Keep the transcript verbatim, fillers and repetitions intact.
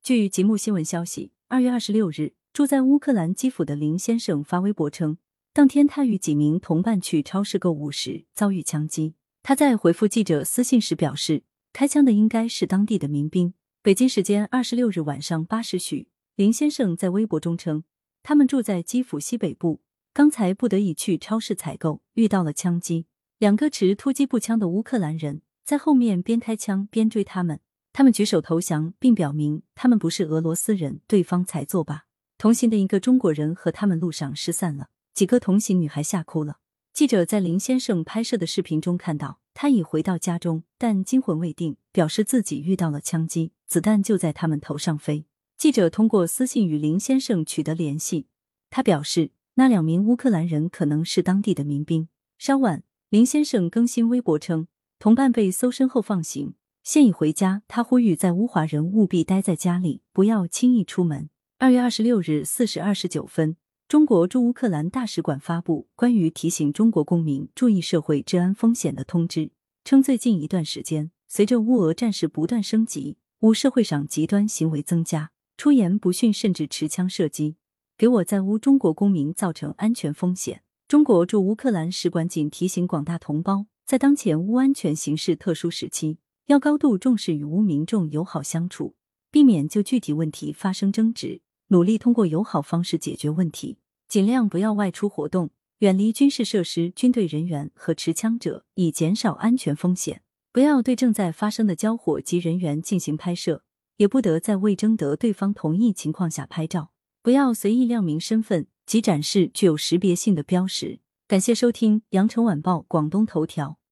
据极目新闻消息，二月二十六日，住在乌克兰基辅的林先生发微博称，当天他与几名同伴去超市购物时遭遇枪击。他在回复记者私信时表示，开枪的应该是当地的民兵。北京时间二十六日晚上八时许，林先生在微博中称，他们住在基辅西北部，刚才不得已去超市采购，遇到了枪击。两个持突击步枪的乌克兰人在后面边开枪边追他们，他们举手投降，并表明他们不是俄罗斯人，对方才作罢。同行的一个中国人和他们路上失散了，几个同行女孩吓哭了。记者在林先生拍摄的视频中看到，他已回到家中，但惊魂未定，表示自己遇到了枪击，子弹就在他们头上飞。记者通过私信与林先生取得联系，他表示那两名乌克兰人可能是当地的民兵。稍晚，林先生更新微博称，同伴被搜身后放行，现已回家。他呼吁在乌华人务必待在家里，不要轻易出门。二月二十六日四时二十九分，中国驻乌克兰大使馆发布关于提醒中国公民注意社会治安风险的通知，称最近一段时间，随着乌俄战事不断升级，乌社会上极端行为增加，出言不逊甚至持枪射击，给我在乌中国公民造成安全风险。中国驻乌克兰使馆仅提醒广大同胞，在当前乌安全形势特殊时期，要高度重视与乌民众友好相处，避免就具体问题发生争执，努力通过友好方式解决问题，尽量不要外出活动，远离军事设施、军队人员和持枪者，以减少安全风险。不要对正在发生的交火及人员进行拍摄，也不得在未征得对方同意情况下拍照。不要随意亮明身份及展示具有识别性的标识。感谢收听羊城晚报广东头条。